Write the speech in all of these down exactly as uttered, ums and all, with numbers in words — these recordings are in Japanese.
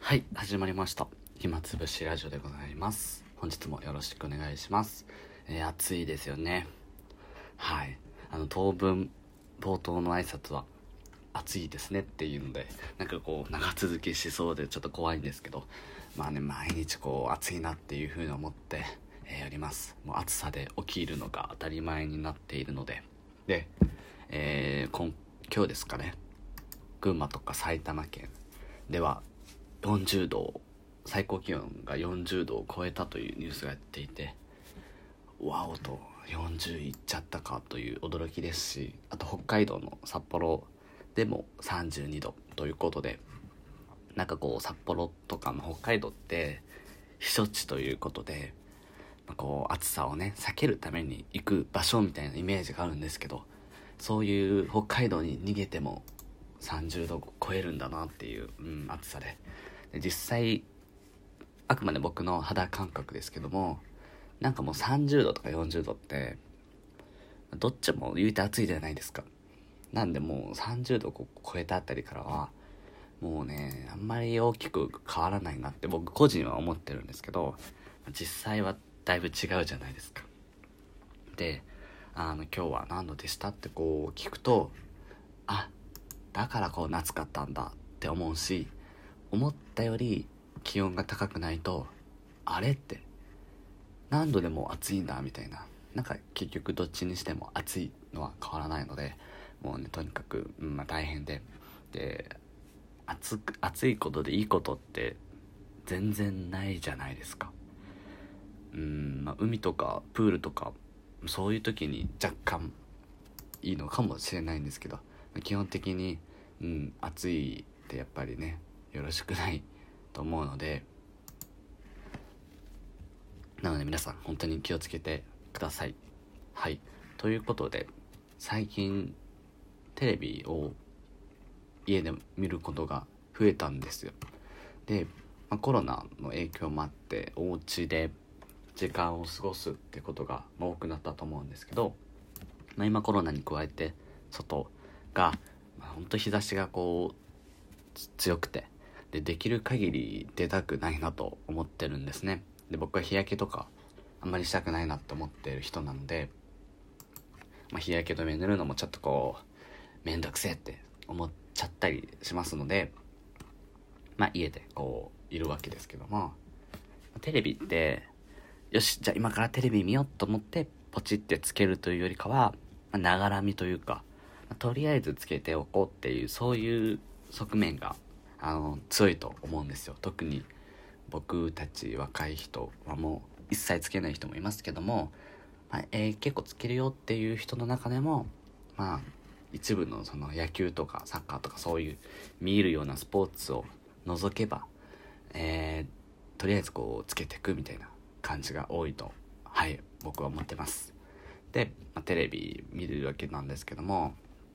はい、始まりました。暇つぶしラジオでございます。本日もよろしくお願いします。えー、暑いですよね。はい。あの、当分、冒頭の挨拶は、暑いですねっていうので、なんかこう、長続きしそうでちょっと怖いんですけど、まあね、毎日こう、暑いなっていう風に思って、えー、やります。もう暑さで起きるのが当たり前になっているので、で、えー、今、今日ですかね、群馬とか埼玉県では、よんじゅうど、最高気温がよんじゅうどを超えたというニュースがやっていて、わおとよんじゅういっちゃったかという驚きですし、あと北海道の札幌でもさんじゅうにどということで、なんかこう札幌とか、まあ、北海道って避暑地ということで、まあ、こう暑さをね避けるために行く場所みたいなイメージがあるんですけど、そういう北海道に逃げてもさんじゅうどを超えるんだなっていう、うん、暑さで、で実際あくまで僕の肌感覚ですけども、なんかもうさんじゅうどとかよんじゅうどってどっちも言うて暑いじゃないですか。なんでもうさんじゅうどを超えたあたりからはもうね、あんまり大きく変わらないなって僕個人は思ってるんですけど、実際はだいぶ違うじゃないですか。で、あの今日は何度でしたってこう聞くと、あ、だからこう夏かったんだって思うし、思ったより気温が高くないと、あれって何度でも暑いんだみたいな、なんか結局どっちにしても暑いのは変わらないので、もうねとにかく、うん、まあ大変で、で暑く暑いことでいいことって全然ないじゃないですか。うん、まあ、海とかプールとかそういう時に若干いいのかもしれないんですけど、基本的に、うん、暑いってやっぱりねよろしくないと思うので、なので皆さん本当に気をつけてください。はい。ということで、最近テレビを家で見ることが増えたんですよ。で、まあ、コロナの影響もあってお家で時間を過ごすってことが多くなったと思うんですけど、まあ、今コロナに加えて外が、まあ、本当日差しがこう強くて、でできる限り出たくないなと思ってるんですね。で僕は日焼けとかあんまりしたくないなって思ってる人なので、まあ、日焼け止め塗るのもちょっとこうめんどくせえって思っちゃったりしますので、まあ家でこういるわけですけども、テレビってよしじゃあ今からテレビ見ようと思ってポチってつけるというよりかは、ながらみというか、まあ、とりあえずつけておこうっていう、そういう側面があの強いと思うんですよ。特に僕たち若い人はもう一切つけない人もいますけども、まあえー結構つけるよっていう人の中でも、まあ一部のその野球とかサッカーとかそういう見るようなスポーツを除けば、えー、とりあえずこうつけていくみたいな感じが多いと、はい僕は思ってます。で、まあ、テレビ見るわけなんですけども、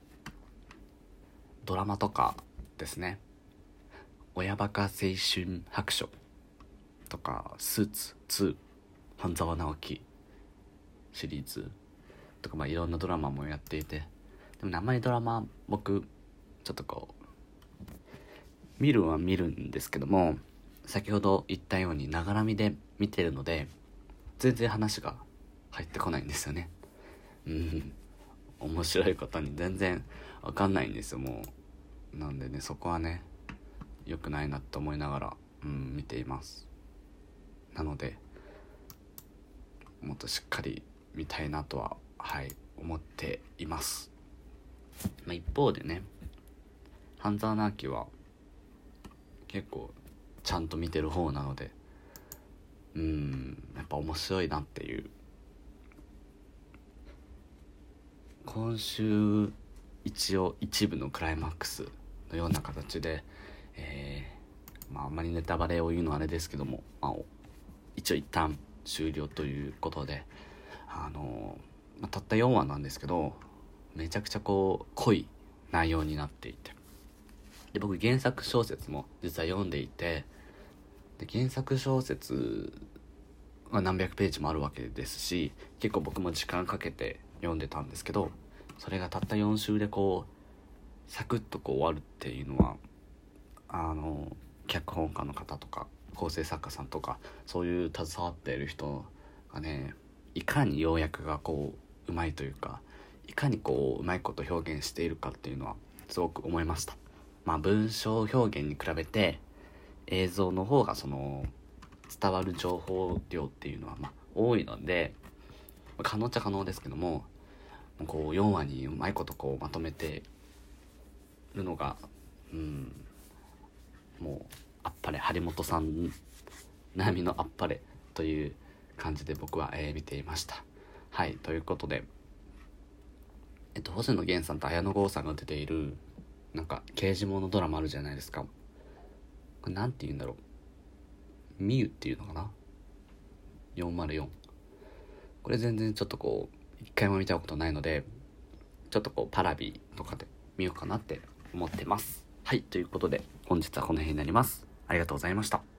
ドラマとかですね、親バカ青春白書とかスーツツー、半沢直樹シリーズとか、まあいろんなドラマもやっていて、でもあんまりドラマ僕ちょっとこう見るは見るんですけども、先ほど言ったようにながらみで見てるので全然話が入ってこないんですよね。うん、面白いことに全然わかんないんですよ。もうなんでね、そこはね良くないなって思いながら、うん、見ています。なのでもっとしっかり見たいなとは、はい思っています。まあ、一方でね、半沢直樹は結構ちゃんと見てる方なので、うーんやっぱ面白いなっていう。今週一応一部のクライマックスのような形で、えー、まああんまりネタバレを言うのはあれですけども、まあ、一応一旦終了ということで、あのーまあ、たったよんわなんですけど、めちゃくちゃこう濃い内容になっていて、で僕原作小説も実は読んでいて、で原作小説は何百ページもあるわけですし、結構僕も時間かけて読んでたんですけど、それがたったよん週でこうサクッとこう終わるっていうのは、あの脚本家の方とか構成作家さんとかそういう携わっている人がね、いかに要約がこううまいというか、いかにこううまいこと表現しているかっていうのはすごく思いました。まあ文章表現に比べて映像の方がその伝わる情報量っていうのはまあ多いので、可能っちゃ可能ですけども、こうよんわにうまいことこうまとめてるのが、うん、もうあっぱれ、張本さん並みのあっぱれという感じで僕は、えー、見ていました。はい、ということで、えっと星野源さんと綾野剛さんが出ているなんか刑事物ドラマあるじゃないですか。これなんて言うんだろう、ミユっていうのかな、よんまるよん。これ全然ちょっとこう一回も見たことないので、ちょっとこうパラビとかで見ようかなって思ってます。はい、ということで本日はこの辺になります。ありがとうございました。